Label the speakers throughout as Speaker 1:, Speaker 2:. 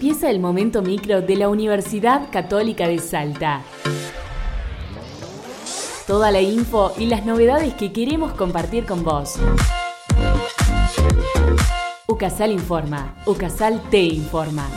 Speaker 1: Empieza el momento micro de la Universidad Católica de Salta. Toda la info y las novedades que queremos compartir con vos. UCASAL informa. UCASAL te informa.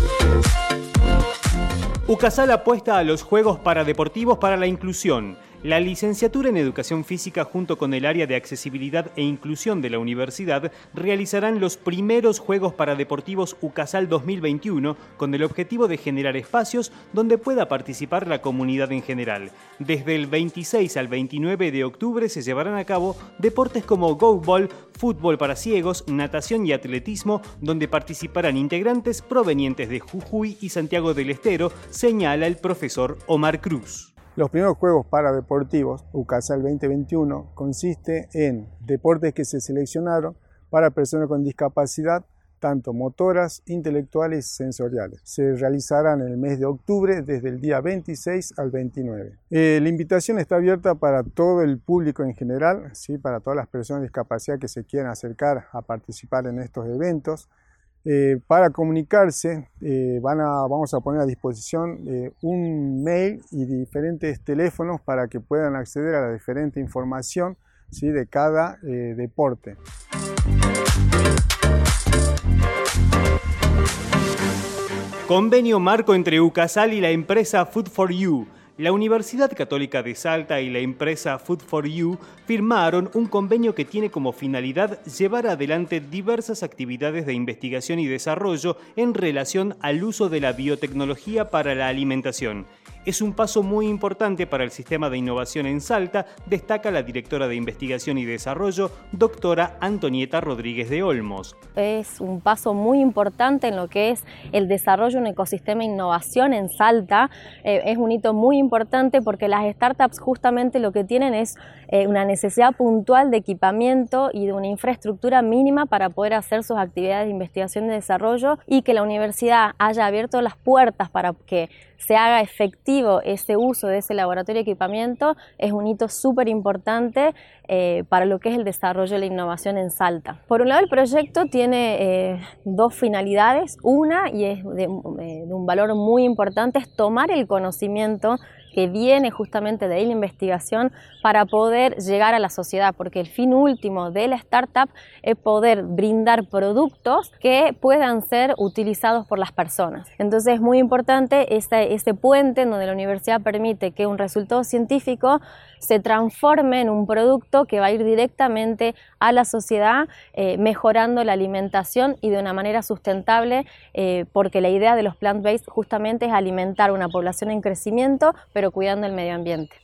Speaker 2: UCASAL apuesta a los Juegos Paradeportivos para la Inclusión. La licenciatura en Educación Física junto con el área de Accesibilidad e Inclusión de la universidad realizarán los primeros Juegos Paradeportivos UCASAL 2021 con el objetivo de generar espacios donde pueda participar la comunidad en general. Desde el 26 al 29 de octubre se llevarán a cabo deportes como goalball, fútbol para ciegos, natación y atletismo, donde participarán integrantes provenientes de Jujuy y Santiago del Estero, señala el profesor Omar Cruz.
Speaker 3: Los primeros Juegos Paradeportivos, UCASAL 2021, consiste en deportes que se seleccionaron para personas con discapacidad, tanto motoras, intelectuales y sensoriales. Se realizarán en el mes de octubre, desde el día 26 al 29. La invitación está abierta para todo el público en general, ¿sí? Para todas las personas con discapacidad que se quieran acercar a participar en estos eventos. Para comunicarse vamos a poner a disposición un mail y diferentes teléfonos para que puedan acceder a la diferente información, ¿sí? De cada deporte.
Speaker 2: Convenio marco entre UCASAL y la empresa Food for You. La Universidad Católica de Salta y la empresa Food for You firmaron un convenio que tiene como finalidad llevar adelante diversas actividades de investigación y desarrollo en relación al uso de la biotecnología para la alimentación. Es un paso muy importante para el sistema de innovación en Salta, destaca la directora de Investigación y Desarrollo, doctora Antonieta Rodríguez de Olmos.
Speaker 4: Es un paso muy importante en lo que es el desarrollo de un ecosistema de innovación en Salta. Es un hito muy importante porque las startups justamente lo que tienen es una necesidad puntual de equipamiento y de una infraestructura mínima para poder hacer sus actividades de investigación y desarrollo, y que la universidad haya abierto las puertas para que se haga efectivo ese uso de ese laboratorio de equipamiento es un hito súper importante para lo que es el desarrollo de la innovación en Salta. Por un lado, el proyecto tiene dos finalidades. Una, y es de un valor muy importante, es tomar el conocimiento que viene justamente de la investigación para poder llegar a la sociedad, porque el fin último de la startup es poder brindar productos que puedan ser utilizados por las personas. Entonces es muy importante este puente en donde la universidad permite que un resultado científico se transforme en un producto que va a ir directamente a la sociedad, mejorando la alimentación y de una manera sustentable, porque la idea de los plant-based justamente es alimentar una población en crecimiento, pero cuidando el medio ambiente.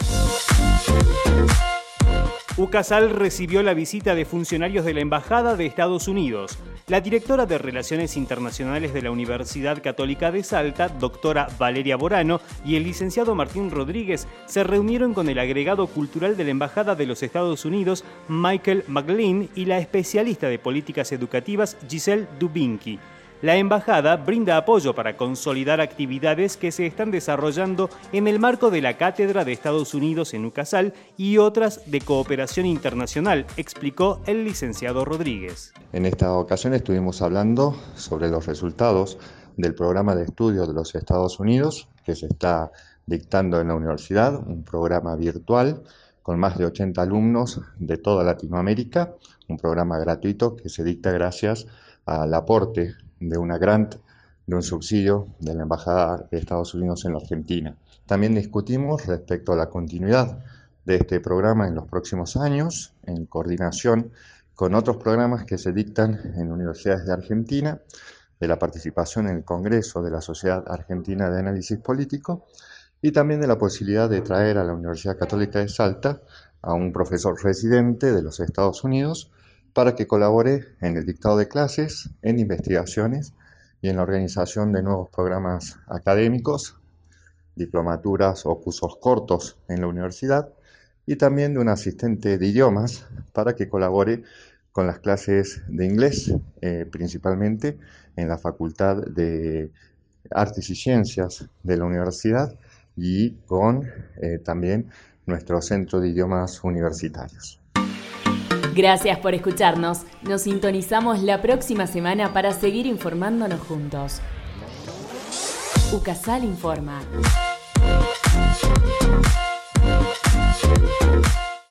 Speaker 2: UCASAL recibió la visita de funcionarios de la Embajada de Estados Unidos. La directora de Relaciones Internacionales de la Universidad Católica de Salta, doctora Valeria Borano, y el licenciado Martín Rodríguez se reunieron con el agregado cultural de la Embajada de los Estados Unidos, Michael McLean, y la especialista de políticas educativas, Giselle Dubinki. La embajada brinda apoyo para consolidar actividades que se están desarrollando en el marco de la Cátedra de Estados Unidos en UCASAL y otras de cooperación internacional, explicó el licenciado Rodríguez.
Speaker 5: En esta ocasión estuvimos hablando sobre los resultados del programa de estudio de los Estados Unidos que se está dictando en la universidad, un programa virtual con más de 80 alumnos de toda Latinoamérica, un programa gratuito que se dicta gracias al aporte de una grant, de un subsidio de la Embajada de Estados Unidos en la Argentina. También discutimos respecto a la continuidad de este programa en los próximos años, en coordinación con otros programas que se dictan en universidades de Argentina, de la participación en el Congreso de la Sociedad Argentina de Análisis Político y también de la posibilidad de traer a la Universidad Católica de Salta a un profesor residente de los Estados Unidos para que colabore en el dictado de clases, en investigaciones y en la organización de nuevos programas académicos, diplomaturas o cursos cortos en la universidad, y también de un asistente de idiomas para que colabore con las clases de inglés, principalmente en la Facultad de Artes y Ciencias de la universidad y con también nuestro Centro de Idiomas Universitarios.
Speaker 1: Gracias por escucharnos. Nos sintonizamos la próxima semana para seguir informándonos juntos. UCASAL informa.